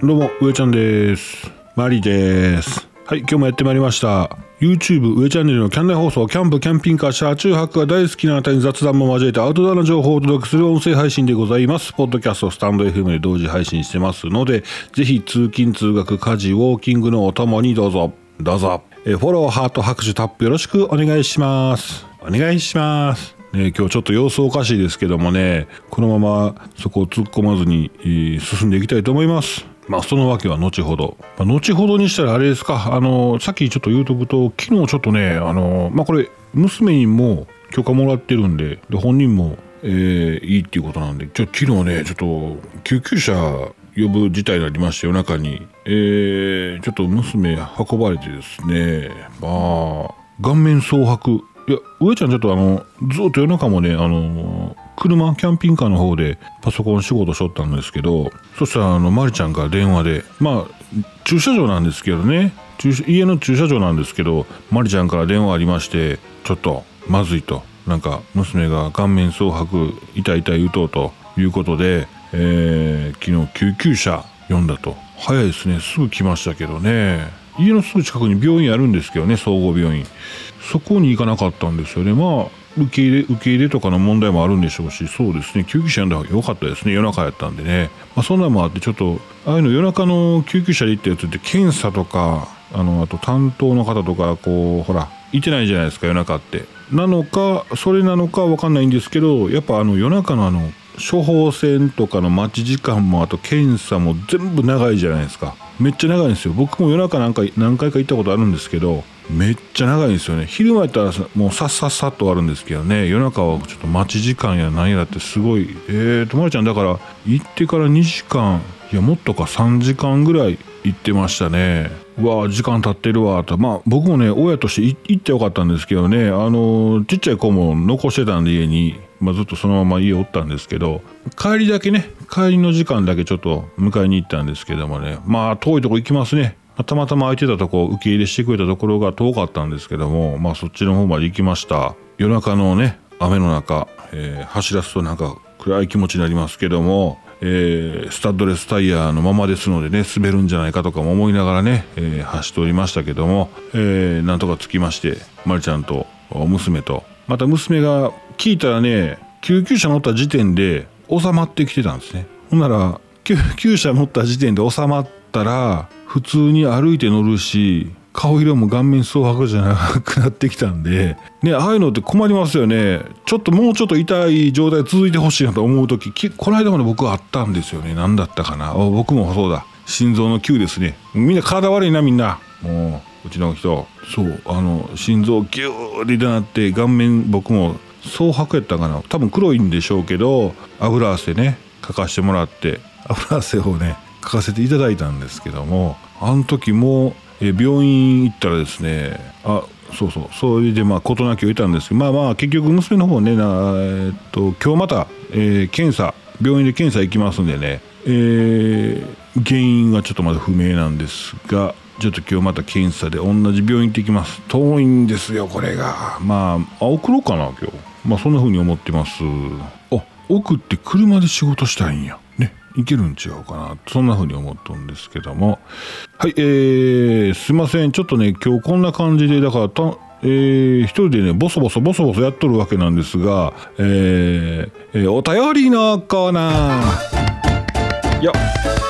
どうも上ちゃんです。マリです。はい、今日もやってまいりました。 YouTube 上チャンネルのキャン内放送、キャンプ、キャンピングカー、車中泊が大好きなあなたに雑談も交えてアウトドアの情報をお届けする音声配信でございます。ポッドキャスト、スタンド FM で同時配信してますので、ぜひ通勤通学、家事、ウォーキングのお供にどうぞフォロー、ハート、拍手、タップよろしくお願いします。お願いします。ね、今日ちょっと様子おかしいですけどもね、このままそこを突っ込まずに、進んでいきたいと思います。そのわけは後ほど。後ほどにしたらあれですか、さっきちょっと言うとくと、昨日ちょっとね、これ娘にも許可もらってるんで、本人も、いいっていうことなんで、昨日ね、ちょっと救急車呼ぶ事態になりまして、夜中に、ちょっと娘運ばれてですね、顔面蒼白。いや、上ちゃんちょっとずっと夜中もね、車、キャンピングカーの方でパソコン仕事しとったんですけど、そしたらマリちゃんから電話で、駐車場なんですけどね、家の駐車場なんですけど、マリちゃんから電話ありまして、ちょっとまずいと、なんか娘が顔面蒼白、痛い言うということで、昨日救急車呼んだと。早いですね、すぐ来ましたけどね。家のすぐ近くに病院あるんですけどね、総合病院、そこに行かなかったんですよね。受け入れとかの問題もあるんでしょうし、そうですね、救急車呼んだ方が良かったですね。夜中やったんでね。そんなのもあって、ちょっとああいうの夜中の救急車で行ったやつって検査とかあと担当の方とかいてないじゃないですか、夜中って。それなのか分かんないんですけど、やっぱ夜中の処方箋とかの待ち時間も、あと検査も全部長いじゃないですか。めっちゃ長いんですよ。僕も夜中何回か行ったことあるんですけど、めっちゃ長いんですよね。昼間やったらもうさっと終わるんですけどね、夜中はちょっと待ち時間や何やらってすごい。まりちゃんだから行ってから2時間、いやもっとか3時間ぐらい行ってましたね。うわ時間経ってるわと。僕もね、親として行ってよかったんですけどね、ちっちゃい子も残してたんで家に、ずっとそのまま家おったんですけど、帰りの時間だけちょっと迎えに行ったんですけどもね、遠いとこ行きますね。たまたま空いてたとこ、受け入れしてくれたところが遠かったんですけども、そっちの方まで行きました。夜中のね、雨の中、走らすとなんか暗い気持ちになりますけども、スタッドレスタイヤのままですのでね、滑るんじゃないかとかも思いながらね、走っておりましたけども、なんとか着きまして、まりちゃんと娘と、また娘が聞いたらね、救急車乗った時点で収まってきてたんですね。ほんなら救急車乗った時点で収まったら普通に歩いて乗るし、顔色も顔面蒼白じゃなくなってきたんでね、ああいうのって困りますよね。もうちょっと痛い状態続いてほしいなと思う時、この間まで僕はあったんですよね。何だったかな、僕もそうだ、心臓の9ですね。みんな体悪いな、みんな。もううちの人、そう心臓ギューってなって、顔面僕も蒼白やったかな、多分黒いんでしょうけど、油汗ねかかしてもらって、油汗をねかかせていただいたんですけども、あの時も病院行ったらですね、それで事なきを得たんですけど、結局娘の方ね、今日また、病院で検査行きますんでね、原因はちょっとまだ不明なんですが、ちょっと今日また検査で同じ病院行ってきます。遠いんですよこれが。送ろうかな今日。そんな風に思ってます。送って車で仕事したいんやね、いけるん違うかな、そんな風に思ったんですけども。はい、すいません、ちょっとね今日こんな感じで、だから一人でねボソボソやっとるわけなんですが、お便りのコーナーよっ。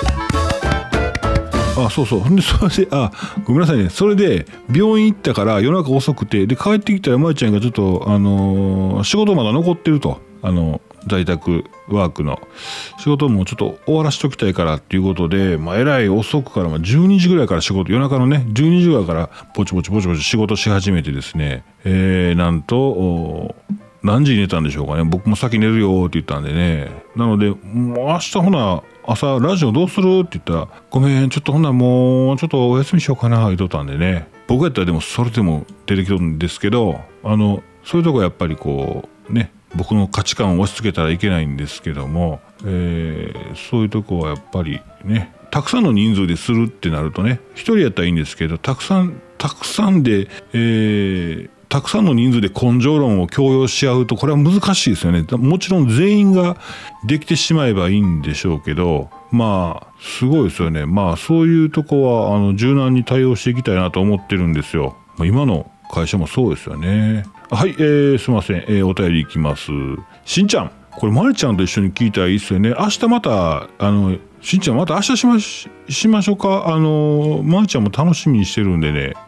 そうで、それでごめんなさいね、それで病院行ったから夜中遅くて、で帰ってきたらまりちゃんがちょっと仕事まだ残ってると、在宅ワークの仕事もちょっと終わらしときたいからっていうことで、えらい遅くから12時ぐらいから夜中のね12時ぐらいからぼちぼち仕事し始めてですね、なんと何時に寝たんでしょうかね。僕も先寝るよって言ったんでね。なのでもう明日ほな朝ラジオどうするって言ったら、ごめんちょっとほなもうちょっとお休みしようかな言うとったんでね。僕やったらでもそれでも出てきとるんですけど、そういうとこやっぱり僕の価値観を押し付けたらいけないんですけども、そういうとこはやっぱりね、たくさんの人数でするってなるとね、一人やったらいいんですけど、たくさんで、 たくさんの人数で根性論を強要し合うとこれは難しいですよね。もちろん全員ができてしまえばいいんでしょうけど、まあすごいですよね。まあそういうとこは柔軟に対応していきたいなと思ってるんですよ。今の会社もそうですよね。はい、すいません、お便りいきます。しんちゃん、これまりちゃんと一緒に聞いたらいいですよね。明日またしんちゃんまた明日しましょうか。まりちゃんも楽しみにしてるんでね。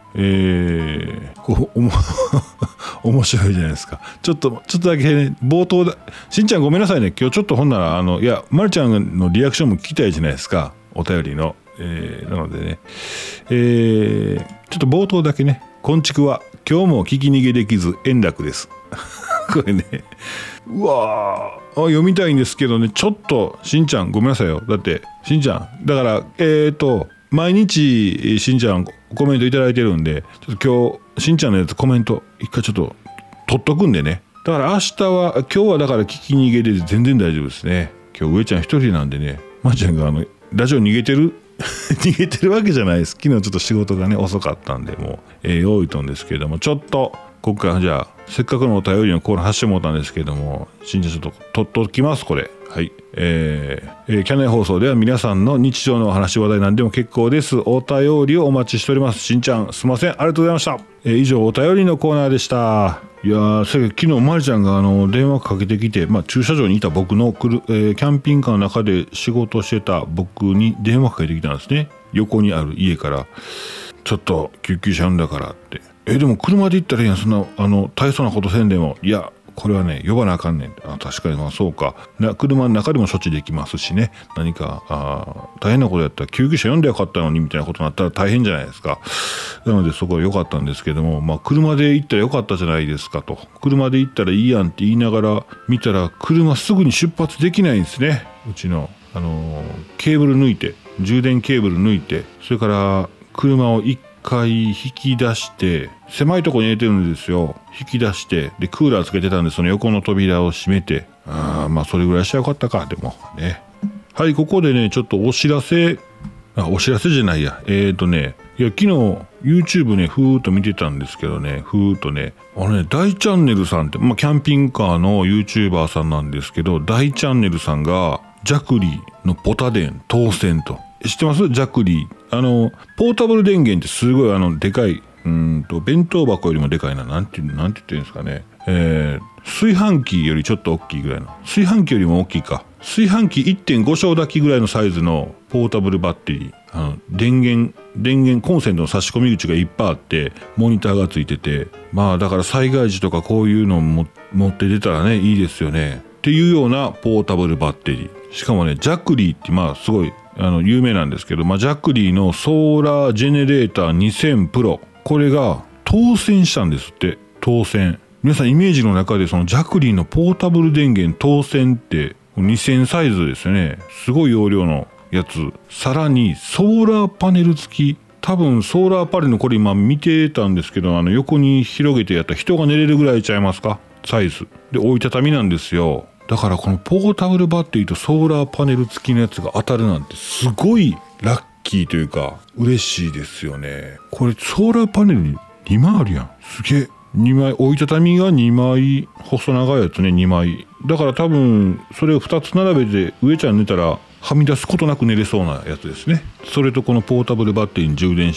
面白いじゃないですか。ちょっとだけね、冒頭だ。しんちゃんごめんなさいね。今日ちょっとほんならいやまりちゃんのリアクションも聞きたいじゃないですか。お便りの。なのでね、ちょっと冒頭だけね。こんちくは今日も聞き逃げできず円楽です。これね、うわー読みたいんですけどね、ちょっとしんちゃんごめんなさいよ。だってしんちゃんだから毎日しんちゃんコメントいただいてるんで、ちょっと今日しんちゃんのやつコメント一回ちょっと取っとくんでね。だから今日はだから聞き逃げで全然大丈夫ですね。今日上ちゃん一人なんでね、まーちゃんがラジオ逃げてる逃げてるわけじゃないです。昨日ちょっと仕事がね遅かったんでもう多いとんですけれども、ちょっと今回じゃあせっかくのお便りのコーナー発してもらったんですけれども、しんちゃんちょっと取っときますこれ。はい、キャネ放送では皆さんの日常のお話話題なんでも結構です。お便りをお待ちしております。しんちゃんすいません、ありがとうございました。以上お便りのコーナーでした。いやー、昨日まりちゃんが電話かけてきて、駐車場にいた僕のキャンピングカーの中で仕事してた僕に電話かけてきたんですね。横にある家からちょっと救急車呼んだからって。でも車で行ったらいいやん、そんな大層なことせんでも。いやこれはね呼ばなあかんねん。確かにそうか。車の中でも処置できますしね。何か大変なことやったら救急車呼んでよかったのにみたいなことになったら大変じゃないですか。なのでそこは良かったんですけども、車で行ったらよかったじゃないですかと。車で行ったらいいやんって言いながら見たら車すぐに出発できないんですね。うちのケーブル抜いて、充電ケーブル抜いて、それから車を一回引き出して、狭いところに入れてるんですよ。引き出してでクーラーつけてたんで、その横の扉を閉めて、それぐらいしたらよかったか。でもね、はい、ここでねちょっとお知らせじゃないや。いや昨日 YouTube ねふーっと見てたんですけどね、大チャンネルさんって、キャンピングカーの YouTuber さんなんですけど、大チャンネルさんがジャクリーのポタ電当選と。知ってます？ジャクリーポータブル電源ってすごいでかい、弁当箱よりもでかいな、なんて言ってるんですかね。炊飯器よりちょっと大きいぐらいの、炊飯器よりも大きいか、炊飯器 1.5 升炊きぐらいのサイズのポータブルバッテリー、電源コンセントの差し込み口がいっぱいあってモニターがついてて、だから災害時とかこういうのも持って出たらねいいですよねっていうようなポータブルバッテリー。しかもねジャクリーってすごい有名なんですけど、ジャクリーのソーラージェネレーター2000プロ、これが当選したんですって。当選。皆さんイメージの中でそのジャクリーのポータブル電源当選って2000サイズですよね。すごい容量のやつ。さらにソーラーパネル付き。多分ソーラーパネルのこれ今見てたんですけど、横に広げてやったら人が寝れるぐらいちゃいますか、サイズで。折りたたみなんですよ。だからこのポータブルバッテリーとソーラーパネル付きのやつが当たるなんてすごいラッキーというか嬉しいですよね。これソーラーパネルに2枚あるやん。すげえ。2枚、折りたたみが2枚、細長いやつね2枚。だから多分それを2つ並べて上ちゃん寝たらはみ出すことなく寝れそうなやつですね。それとこのポータブルバッテリーに充電して、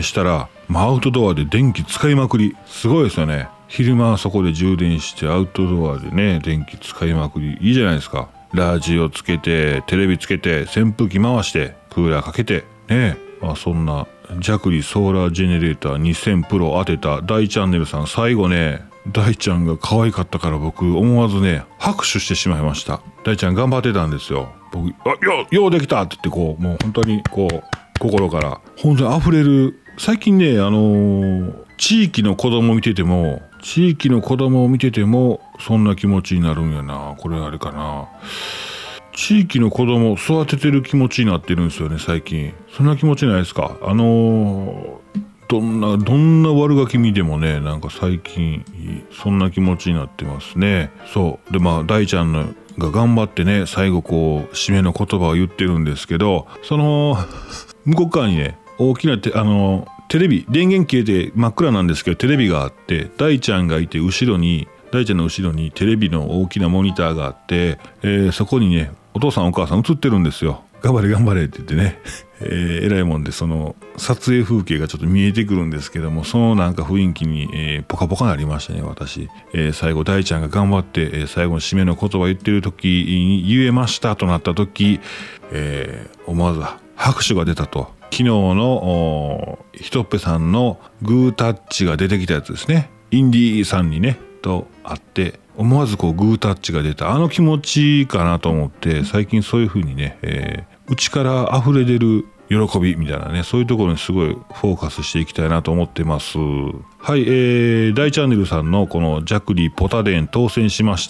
したら、アウトドアで電気使いまくり。すごいですよね。昼間はそこで充電してアウトドアでね電気使いまくり。いいじゃないですか。ラジオつけてテレビつけて扇風機回してクーラーかけてね。そんなジャクリーソーラージェネレーター2000プロ当てた大チャンネルさん、最後ね大ちゃんが可愛かったから僕思わずね拍手してしまいました。大ちゃん頑張ってたんですよ。僕ようできたって言ってもう本当に心から本当に溢れる。最近ね地域の子供を見ててもそんな気持ちになるんやな。これあれかな、地域の子供を育ててる気持ちになってるんですよね最近。そんな気持ちないですか？どんな悪ガキ見てもねなんか最近そんな気持ちになってますね。そうで大ちゃんが頑張ってね最後締めの言葉を言ってるんですけど、その向こう側にね大きなテテレビ電源切れて真っ暗なんですけど、テレビがあって、大ちゃんがいて、大ちゃんの後ろにテレビの大きなモニターがあって、そこにねお父さんお母さん映ってるんですよ。頑張れ頑張れって言ってね、えらいもんでその撮影風景がちょっと見えてくるんですけども、そのなんか雰囲気に、ポカポカなりましたね私。最後大ちゃんが頑張って、最後の締めの言葉言ってる時に言えましたとなった時、思わず拍手が出たと。昨日のひとっぺさんのグータッチが出てきたやつですね。インディーさんにねと会って思わずこうグータッチが出たあの気持ちかなと思って、最近そういう風にね、内から溢れ出る喜びみたいなね、そういうところにすごいフォーカスしていきたいなと思ってます。はい、大チャンネルさんのこのジャクリポタデン当選しました。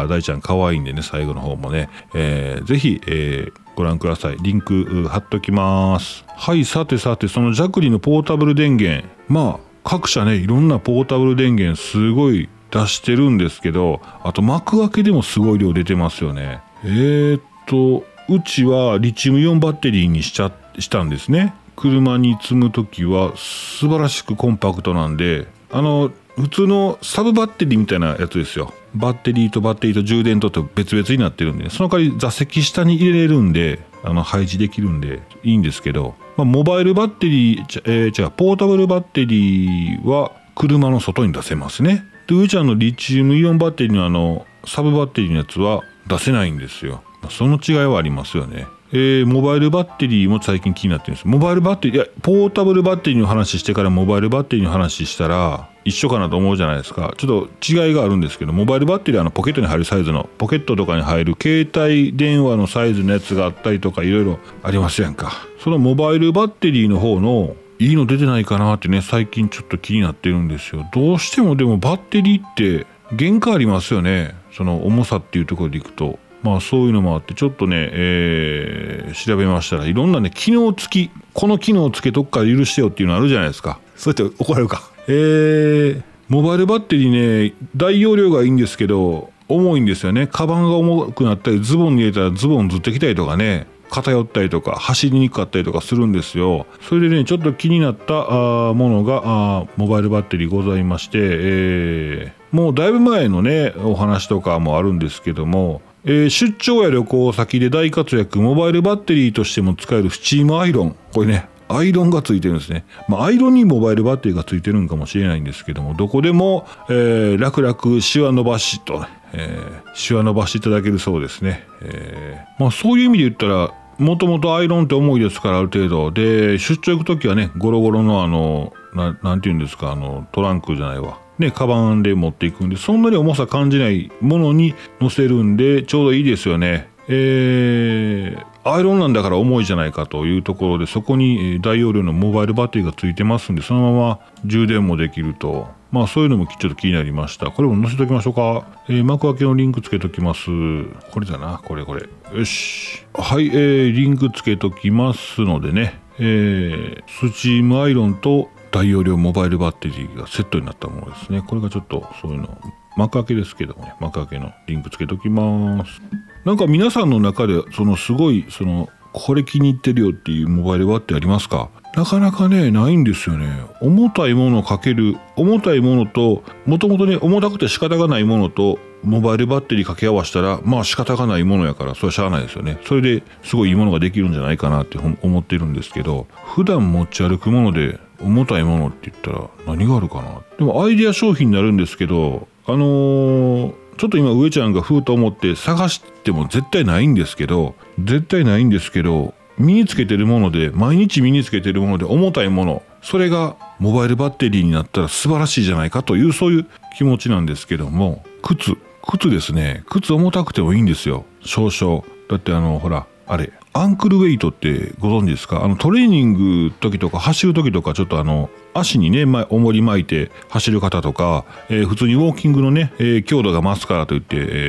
大ちゃん可愛いんでね、最後の方もね、ぜひ、ご覧ください。リンク貼っときます。はい、さてそのジャクリのポータブル電源、まあ各社ねいろんなポータブル電源すごい出してるんですけど、あと幕開けでもすごい量出てますよね。うちはリチウムイオンバッテリーにしたんですね。車に積むときは素晴らしくコンパクトなんで、普通のサブバッテリーみたいなやつですよ。バッテリーと充電と別々になってるんで、その代わり座席下に入れれるんで配置できるんでいいんですけど、モバイルバッテリーポータブルバッテリーは車の外に出せますね。でうちのリチウムイオンバッテリーのサブバッテリーのやつは出せないんですよ。その違いはありますよね。モバイルバッテリーも最近気になってるんです。モバイルバッテリー、ポータブルバッテリーの話してからモバイルバッテリーの話したら一緒かなと思うじゃないですか。ちょっと違いがあるんですけど、モバイルバッテリーはポケットに入るサイズの、ポケットとかに入る携帯電話のサイズのやつがあったりとかいろいろありますやんか。そのモバイルバッテリーの方のいいの出てないかなってね、最近ちょっと気になってるんですよ。どうしてもでもバッテリーって限界ありますよね。その重さっていうところでいくと。そういうのもあってちょっとね、調べましたらいろんなね機能付き、この機能つけとくから許してよっていうのあるじゃないですか。そうやって怒られるか。モバイルバッテリーね大容量がいいんですけど重いんですよね。カバンが重くなったりズボンに入れたらズボンずってきたりとかね、偏ったりとか走りにくかったりとかするんですよ。それでねちょっと気になったものがモバイルバッテリーございまして、もうだいぶ前のねお話とかもあるんですけども、出張や旅行先で大活躍、モバイルバッテリーとしても使えるスチームアイロン、これねアイロンがついてるんですね。アイロンにモバイルバッテリーがついてるんかもしれないんですけども、どこでも、楽々シワ伸ばしと、シワ伸ばしていただけるそうですね。そういう意味で言ったらもともとアイロンって重いですから、ある程度で出張行くときはねゴロゴロのなんていうんですか、トランクじゃないわね、カバンで持っていくんで、そんなに重さ感じないものに乗せるんでちょうどいいですよね。アイロンなんだから重いじゃないかというところで、そこに大容量のモバイルバッテリーがついてますんで、そのまま充電もできると、そういうのもちょっと気になりました。これも載せときましょうか。幕開けのリンクつけときます。これだな、これよし。はい、リンクつけときますのでね、スチームアイロンと大容量モバイルバッテリーがセットになったものですね。これがちょっとそういうの幕開けですけどもね、幕開けのリンクつけときます。なんか皆さんの中ですごいこれ気に入ってるよっていうモバイルバッテリーありますか？なかなかねないんですよね。重たいものかける重たいものと、もともとね重たくて仕方がないものとモバイルバッテリー掛け合わせたら仕方がないものやから、それはしゃあないですよね。それですごいいいものができるんじゃないかなって思ってるんですけど、普段持ち歩くもので重たいものって言ったら何があるかな。でもアイデア商品になるんですけど、ちょっと今上ちゃんがふうと思って探しても絶対ないんですけど、身につけてるもので、毎日身につけてるもので重たいもの、それがモバイルバッテリーになったら素晴らしいじゃないかという、そういう気持ちなんですけども、靴ですね。靴重たくてもいいんですよ、少々。だってほらあれアンクルウェイトってご存知ですか？トレーニング時とか走る時とか、ちょっと足にね重り巻いて走る方とか、普通にウォーキングのね、強度が増すからといって、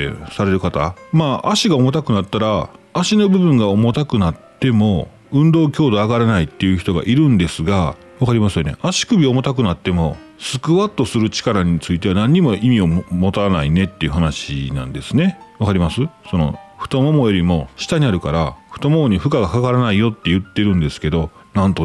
される方、足が重たくなったら足の部分が重たくなっても運動強度上がらないっていう人がいるんですが、わかりますよね。足首重たくなってもスクワットする力については何にも意味を持たないねっていう話なんですね。わかります？太ももよりも下にあるから太ももに負荷がかからないよって言ってるんですけど、なんとね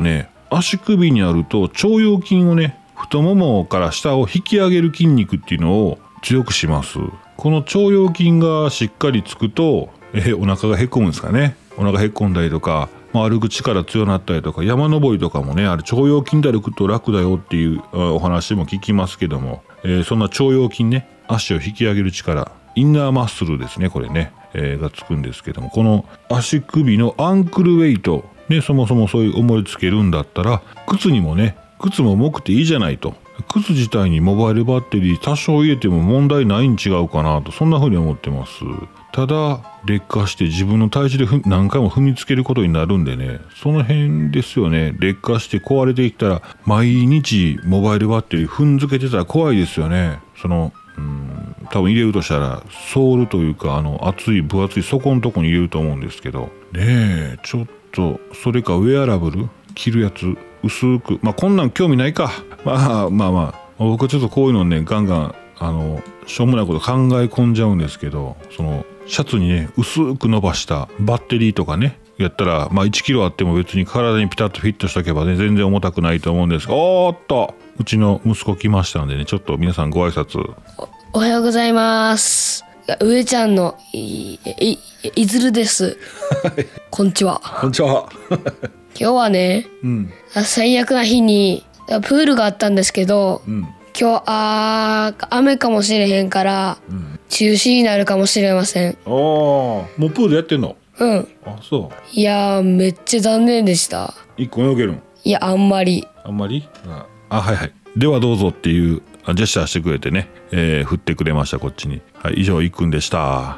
足首にあると腸腰筋をね、太ももから下を引き上げる筋肉っていうのを強くします。この腸腰筋がしっかりつくと、お腹がへこむんですかね。お腹へこんだりとか、歩く力強なったりとか、山登りとかもね、あれ腸腰筋で歩くと楽だよっていうお話も聞きますけども、そんな腸腰筋ね、足を引き上げる力、インナーマッスルですね、これね、がつくんですけども、この足首のアンクルウェイト、ね、そもそもそういう重りつけるんだったら、靴にもね、靴も重くていいじゃないと。靴自体にモバイルバッテリー多少入れても問題ないん違うかなと、そんな風に思ってます。ただ劣化して自分の体重で何回も踏みつけることになるんでね、その辺ですよね。劣化して壊れてきたら毎日モバイルバッテリー踏んづけてたら怖いですよね。多分入れるとしたらソールというか厚い分厚い底のとこに入れると思うんですけどね。ちょっとそれかウェアラブル着るやつ薄く、こんなん興味ないか。僕はちょっとこういうのねガンガンしょうもないこと考え込んじゃうんですけど、そのシャツにね薄く伸ばしたバッテリーとかねやったら1キロあっても別に体にピタッとフィットしとけばね全然重たくないと思うんですが、おーっとうちの息子来ましたんでね、ちょっと皆さんご挨拶。 おはようございます。上ちゃんのいずるです。こんにちは。 こんにちは。 今日はね、最悪な日にプールがあったんですけど、今日雨かもしれへんから、中止になるかもしれません。 もうプールやってんの？あ、そう。 いやめっちゃ残念でした。 一個泳げるん？ いやあんまり。 はいはい。ではどうぞっていうジェスチャーしてくれてね、振ってくれましたこっちに。はい、以上いっくんでした。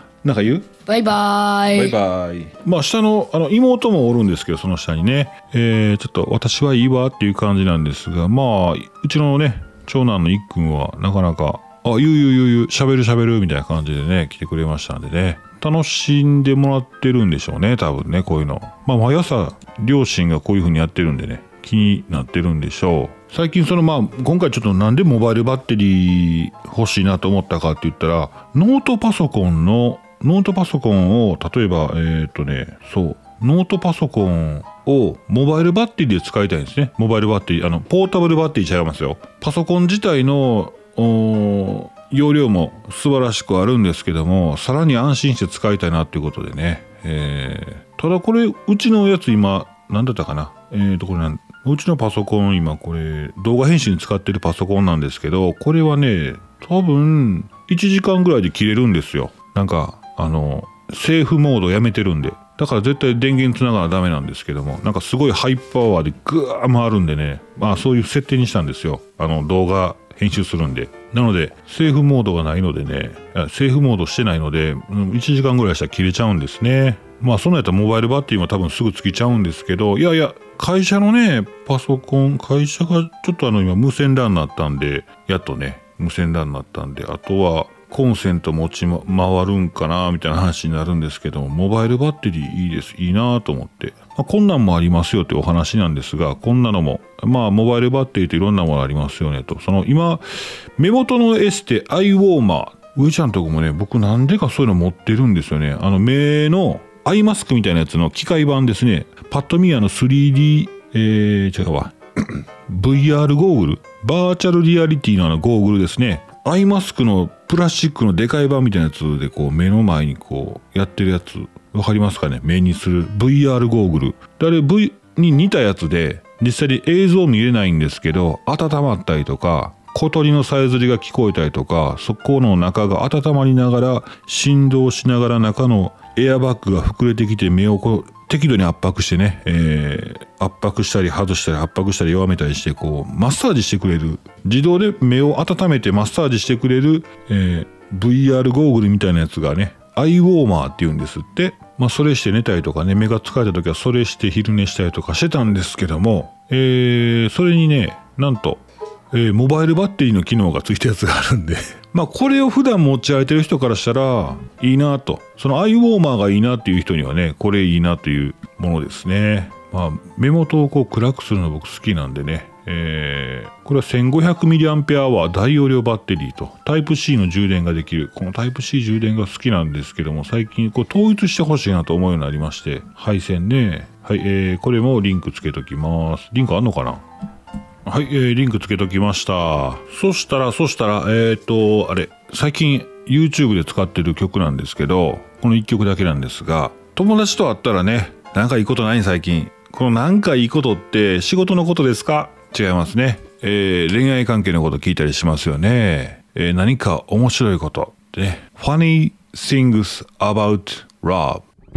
なんか言う？ バイバーイ。 バイバイ。下の妹もおるんですけど、その下にね、ちょっと私はいいわっていう感じなんですが、うちのね長男のいっくんはなかなか言う喋るみたいな感じでね来てくれましたんでね、楽しんでもらってるんでしょうね、多分ね。こういうの毎朝両親がこういう風にやってるんでね気になってるんでしょう。最近今回ちょっとなんでモバイルバッテリー欲しいなと思ったかって言ったら、ノートパソコンを例えばノートパソコンをモバイルバッテリーで使いたいんですね。モバイルバッテリーポータブルバッテリーちゃいますよ。パソコン自体の容量も素晴らしくあるんですけども、さらに安心して使いたいなっていうことでね、ただこれうちのやつ今何だったかな、うちのパソコン今これ動画編集に使ってるパソコンなんですけど、これはね多分1時間ぐらいで切れるんですよ。なんかセーフモードやめてるんで、だから絶対電源つながらダメなんですけども、なんかすごいハイパワーでグワー回るんでね、そういう設定にしたんですよ。動画編集するんで。なのでセーフモードがないのでね、セーフモードしてないので1時間ぐらいしたら切れちゃうんですね。そんなやったらモバイルバッテリーも多分すぐ尽きちゃうんですけど、いや会社のねパソコン、会社がちょっと今無線 LAN になったんで、やっとね無線 LAN になったんで、あとはコンセント持ち回るんかなみたいな話になるんですけども、モバイルバッテリーいいなと思って、こんなんもありますよってお話なんですが、こんなのもモバイルバッテリーっていろんなものありますよねと。今目元のエステアイウォーマー、上ちゃんとこもね僕なんでかそういうの持ってるんですよね。目のアイマスクみたいなやつの機械版ですね。パッと見3D VR ゴーグル、バーチャルリアリティのゴーグルですね。アイマスクのプラスチックのでかい版みたいなやつで目の前にやってるやつわかりますかね。目にする VR ゴーグルで、あれ V に似たやつで実際に映像見れないんですけど、温まったりとか小鳥のさえずりが聞こえたりとか、そこの中が温まりながら振動しながら中のエアバッグが膨れてきて目を適度に圧迫してね、圧迫したり外したり圧迫したり弱めたりしてマッサージしてくれる、自動で目を温めてマッサージしてくれる、VR ゴーグルみたいなやつがねアイウォーマーって言うんですって。それして寝たりとかね、目が疲れた時はそれして昼寝したりとかしてたんですけども、それにねなんとモバイルバッテリーの機能がついたやつがあるんでこれを普段持ち歩いてる人からしたらいいなと、そのアイウォーマーがいいなっていう人にはねこれいいなというものですね。目元を暗くするの僕好きなんでね、 これは 1500mAh 大容量バッテリーとタイプ C の充電ができる。このタイプ C 充電が好きなんですけども、最近こう統一してほしいなと思うようになりまして、配線ね。はい、これもリンクつけときます。リンクあんのかな。はい、リンクつけときました。そしたらあれ最近 YouTube で使ってる曲なんですけど、この1曲だけなんですが、友達と会ったらね、なんかいいことない最近。このなんかいいことって仕事のことですか？違いますね。恋愛関係のこと聞いたりしますよね。何か面白いことってね。Funny things about love。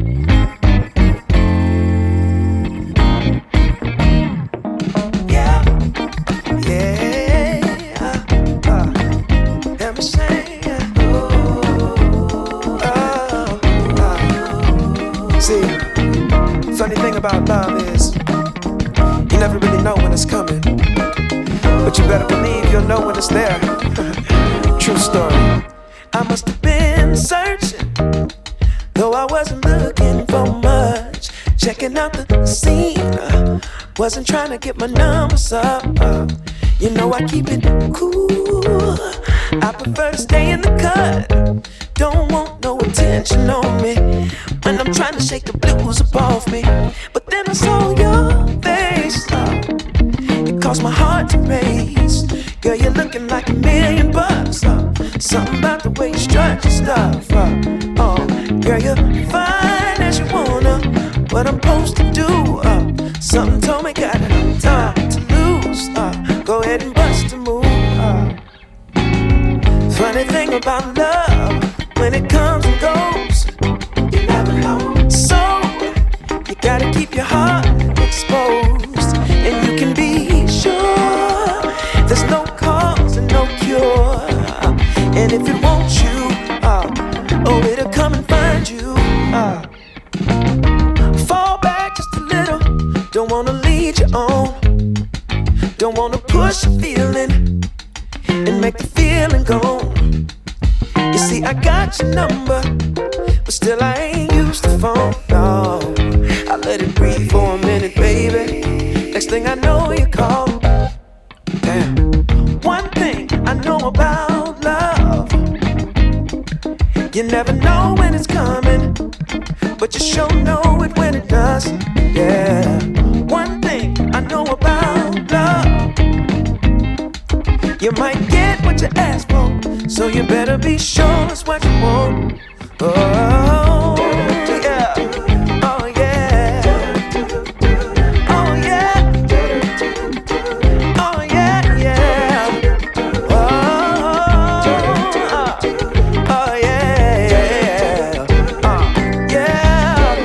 Funny thing about love is you never really know when it's coming, but you better believe you'll know when it's there. True story. I must have been searching, though I wasn't looking for much. Checking out the scene, wasn't trying to get my numbers up. You know I keep it cool. I prefer to stay in the cut. Don't want no attention on me when I'm trying to shake the blues up off me. But then I saw your face, it caused my heart to race. Girl, you're looking like $1,000,000. Something about the way you strut your stuff. Oh, girl, you're fine as you wanna. What I'm supposed to do? Something told me got time to lose. Go ahead and bust a move. Funny thing about love, when it comes and goes, you never know. So you gotta keep your heart exposed, and you can be sure there's no cause and no cure. And if it wants you, oh, it'll come and find you. Fall back just a little. Don't wanna lead you on. Don't wanna push a feeling and make the feeling gone. You see, I got your number, but still I ain't used the phone. No, I let it breathe for a minute, baby. Next thing I know, you call. Damn. One thing I know about love, you never know when it's coming, but you sure know it when it does. Yeah. One thing I know about love, you might get what you ask for, so you better be sure it's what you want. Oh, yeah. Oh, yeah. Oh, yeah. Oh, yeah, yeah. Oh, yeah, yeah. Yeah.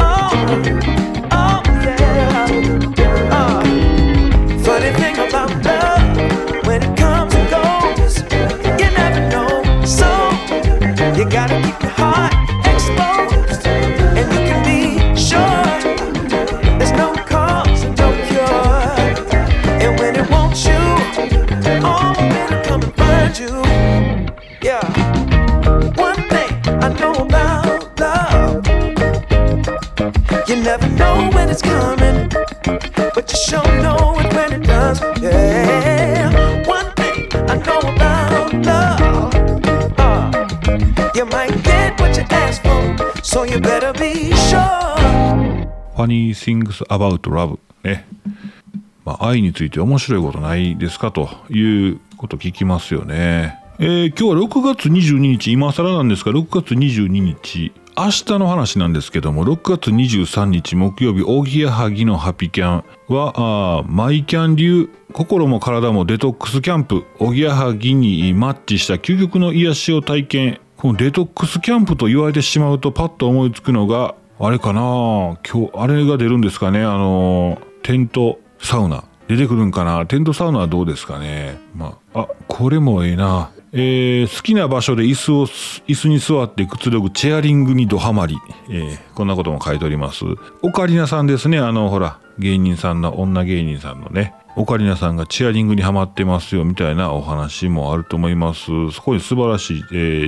Oh, yeah. Funny thing about love, when it comes and goes, you never know. So you gotta keep your heart exposed, and you can be sure there's no cause and no cure. And when it wants you, oh, it'll come and find you. Yeah. One thing I know about love, you never know when it's coming, but you sure know it when it does. Yeah. One thing I know about love, you might get what you ask for, so you better be sure. Funny things about love ね。愛について面白いことないですかということ聞きますよね。今日は6月22日、今更なんですが6月22日、明日の話なんですけども、6月23日木曜日、おぎやはぎのハピキャンはマイキャン流心も体もデトックスキャンプ、おぎやはぎにマッチした究極の癒しを体験。このデトックスキャンプと言われてしまうとパッと思いつくのがあれかな、今日あれが出るんですかね、テントサウナ出てくるんかな。テントサウナはどうですかね。これもええな。好きな場所で椅子に座ってくつろぐチェアリングにドハマり、こんなことも書いております。オカリナさんですね。ほら芸人さんの女芸人さんのね、オカリナさんがチェアリングにハマってますよみたいなお話もあると思います。そこに素晴らしい、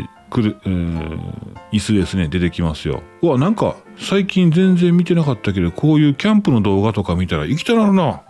椅子ですね、出てきますよ。うわ、なんか最近全然見てなかったけど、こういうキャンプの動画とか見たら行きたなるな。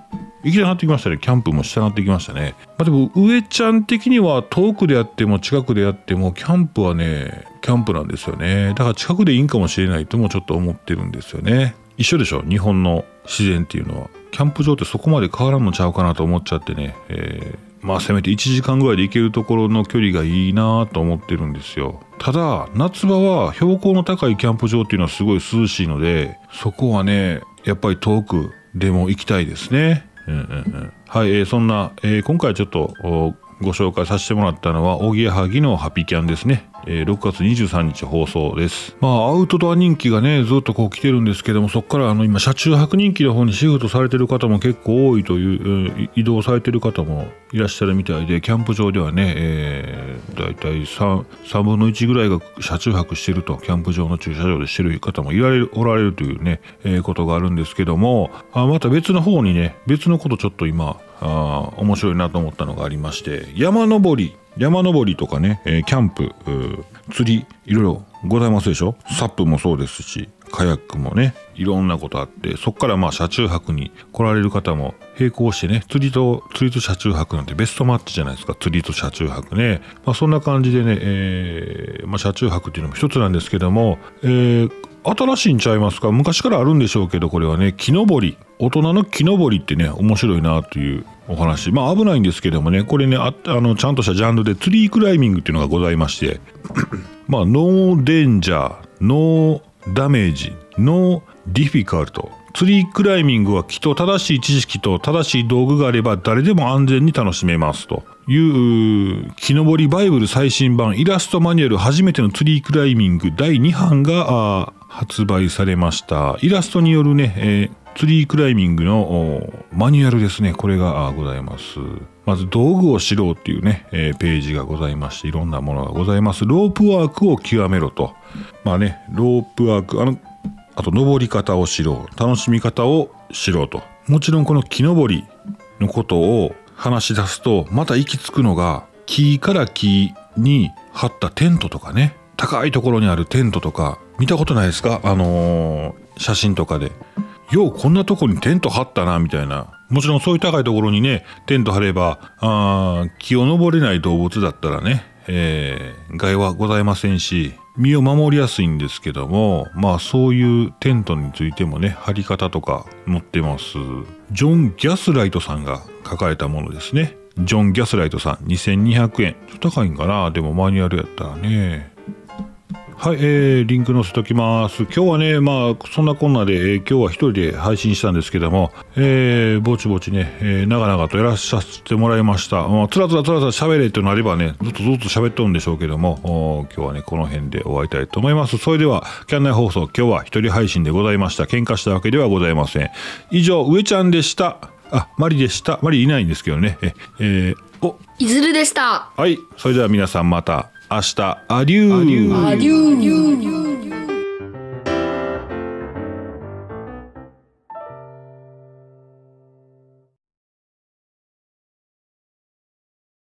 行きたくなってきましたね。キャンプもしたくなってきましたね。でも上ちゃん的には遠くであっても近くであってもキャンプはねキャンプなんですよね。だから近くでいいんかもしれないともちょっと思ってるんですよね。一緒でしょ、日本の自然っていうのは。キャンプ場ってそこまで変わらんのちゃうかなと思っちゃってね、せめて1時間ぐらいで行けるところの距離がいいなと思ってるんですよ。ただ夏場は標高の高いキャンプ場っていうのはすごい涼しいので、そこはねやっぱり遠くでも行きたいですね。はい、そんな、今回ちょっとご紹介させてもらったのはおぎやはぎのハピキャンですね。6月23日放送です。アウトドア人気がねずっとこう来てるんですけども、そこから今車中泊人気の方にシフトされてる方も結構多いという、移動されてる方もいらっしゃるみたいで、キャンプ場ではね、だいたい3分の1ぐらいが車中泊してると、キャンプ場の駐車場でしてる方もおられるというね、ことがあるんですけども、また別の方にね別のことちょっと今面白いなと思ったのがありまして、山登りとかね、キャンプ、釣りいろいろございますでしょ。サップもそうですしカヤックもねいろんなことあって、そこから車中泊に来られる方も並行してね、釣りと車中泊なんてベストマッチじゃないですか。釣りと車中泊ね、そんな感じでね、車中泊っていうのも一つなんですけども、新しいんちゃいますか。昔からあるんでしょうけど、これはね木登り、大人の木登りってね面白いなというお話。危ないんですけどもね、これねちゃんとしたジャンルでツリークライミングっていうのがございましてノーデンジャー、ノーダメージ、ノーディフィカルト。ツリークライミングは正しい知識と正しい道具があれば誰でも安全に楽しめますという木登りバイブル最新版イラストマニュアル初めてのツリークライミング第2版が発売されました。イラストによるね、ツリークライミングのマニュアルですね。これがございます。まず道具を知ろうっていうね、ページがございまして、いろんなものがございます。ロープワークを極めろと。ロープワーク、あと登り方を知ろう、楽しみ方を知ろうと。もちろんこの木登りのことを話し出すとまた行き着くのが、木から木に張ったテントとかね、高いところにあるテントとか見たことないですか。写真とかでようこんなとこにテント張ったなみたいな。もちろんそういう高いところにねテント張れば木を登れない動物だったらね、害はございませんし身を守りやすいんですけども、そういうテントについてもね張り方とか載ってます。ジョン・ギャスライトさんが書かれたものですね。ジョン・ギャスライトさん2200円。ちょっと高いんかな。でもマニュアルやったらね。はい、リンク載せときます。今日はねそんなこんなで、今日は一人で配信したんですけども、ぼちぼちね、長々とやらさせてもらいました。つらつら喋れとなればねずっと喋っとるんでしょうけども、今日はねこの辺で終わりたいと思います。それではキャンナイ放送、今日は一人配信でございました。喧嘩したわけではございません。以上、上ちゃんでした。マリでした。マリいないんですけどね。 いずるでした。 はい、それでは皆さんまた明日、アデュー。